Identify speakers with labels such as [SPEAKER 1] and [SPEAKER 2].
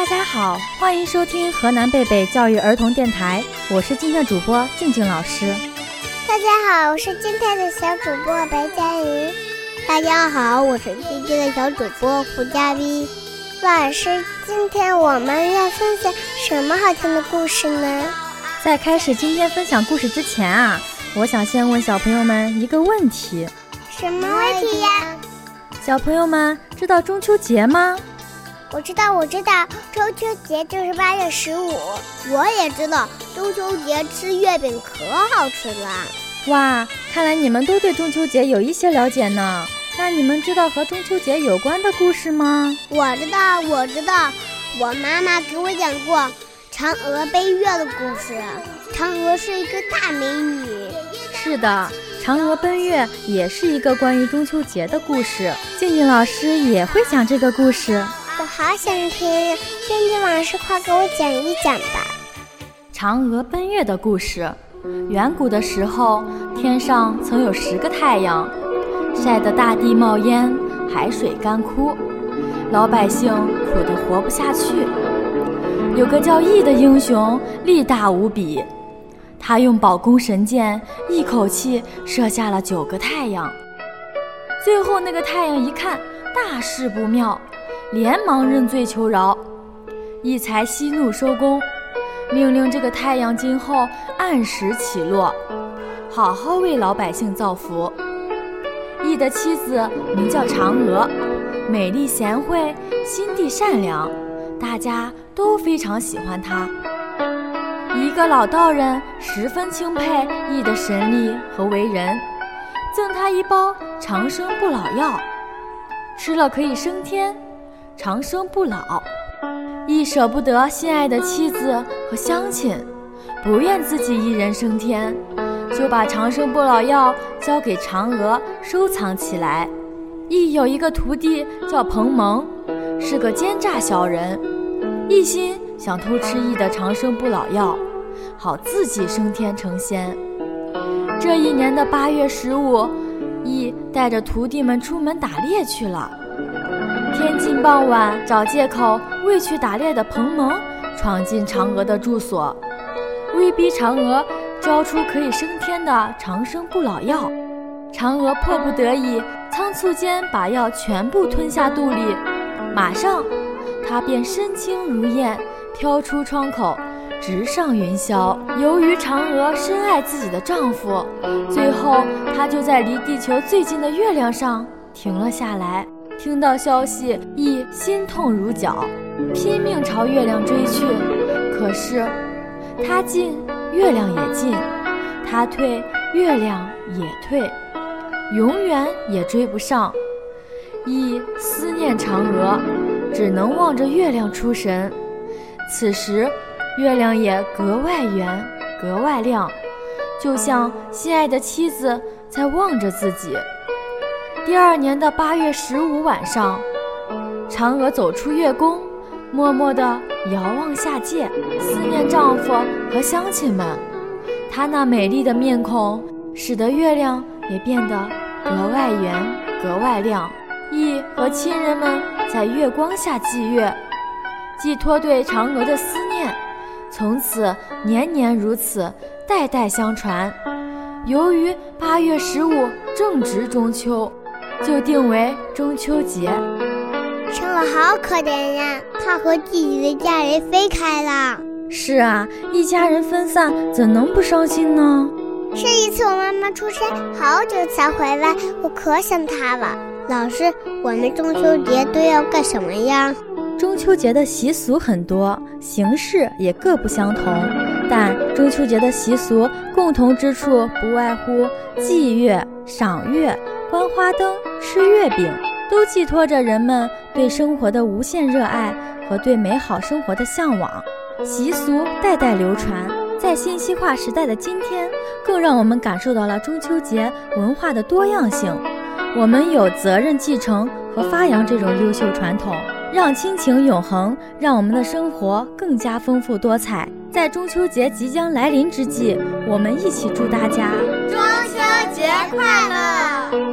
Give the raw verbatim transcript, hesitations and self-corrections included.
[SPEAKER 1] 大家好，欢迎收听河南贝贝教育儿童电台，我是今天的主播静静老师。
[SPEAKER 2] 大家好，我是今天的小主播白佳瑜。
[SPEAKER 3] 大家好，我是今天的小主播胡佳薇。
[SPEAKER 2] 老师，今天我们要分享什么好听的故事呢？
[SPEAKER 1] 在开始今天分享故事之前啊，我想先问小朋友们一个问题。
[SPEAKER 2] 什么问题呀？
[SPEAKER 1] 小朋友们知道中秋节吗？
[SPEAKER 2] 我知道我知道中秋节就是八月十五。
[SPEAKER 3] 我也知道中秋节吃月饼可好吃了。
[SPEAKER 1] 哇，看来你们都对中秋节有一些了解呢。那你们知道和中秋节有关的故事吗？
[SPEAKER 3] 我知道我知道我妈妈给我讲过嫦娥奔月的故事。嫦娥是一个大美女。
[SPEAKER 1] 是的，嫦娥奔月也是一个关于中秋节的故事。静静老师也会讲这个故事，
[SPEAKER 2] 我好想听，静静老师快给我讲一讲吧。
[SPEAKER 1] 嫦娥奔月的故事。远古的时候，天上曾有十个太阳，晒得大地冒烟，海水干枯，老百姓苦得活不下去。有个叫羿的英雄，力大无比，他用宝弓神箭一口气射下了九个太阳。最后那个太阳一看大事不妙，连忙认罪求饶，羿才息怒收工，命令这个太阳今后按时起落，好好为老百姓造福。羿的妻子名叫嫦娥，美丽贤惠，心地善良，大家都非常喜欢她。一个老道人十分钦佩羿的神力和为人，赠他一包长生不老药，吃了可以升天，长生不老。羿舍不得心爱的妻子和乡亲，不愿自己一人升天，就把长生不老药交给嫦娥收藏起来。羿有一个徒弟叫彭蒙，是个奸诈小人，一心想偷吃羿的长生不老药，好自己升天成仙。这一年的八月十五，羿带着徒弟们出门打猎去了。天近傍晚，找借口未去打猎的彭蒙闯进嫦娥的住所，威逼嫦娥交出可以升天的长生不老药。嫦娥迫不得已，仓促间把药全部吞下肚里，马上她便身轻如燕，飘出窗口，直上云霄。由于嫦娥深爱自己的丈夫，最后她就在离地球最近的月亮上停了下来。听到消息，羿心痛如绞，拼命朝月亮追去。可是他进，月亮也进；他退，月亮也退，永远也追不上。羿思念嫦娥，只能望着月亮出神。此时月亮也格外圆，格外亮，就像心爱的妻子在望着自己。第二年的八月十五晚上，嫦娥走出月宫，默默地遥望下界，思念丈夫和乡亲们。她那美丽的面孔使得月亮也变得格外圆，格外亮。羿和亲人们在月光下祭月，寄托对嫦娥的思念，从此年年如此，代代相传。由于八月十五正值中秋，就定为中秋节。
[SPEAKER 2] 嫦娥好可怜呀，
[SPEAKER 3] 她和自己的家人分开了。
[SPEAKER 1] 是啊，一家人分散，怎能不伤心呢？
[SPEAKER 2] 上一次我妈妈出差好久才回来，我可想她了。
[SPEAKER 3] 老师，我们中秋节都要干什么呀？
[SPEAKER 1] 中秋节的习俗很多，形式也各不相同，但中秋节的习俗共同之处不外乎祭月、赏月、观花灯、吃月饼，都寄托着人们对生活的无限热爱和对美好生活的向往。习俗代代流传，在信息化时代的今天，更让我们感受到了中秋节文化的多样性。我们有责任继承和发扬这种优秀传统，让亲情永恒，让我们的生活更加丰富多彩。在中秋节即将来临之际，我们一起祝大家
[SPEAKER 2] 中秋节快乐！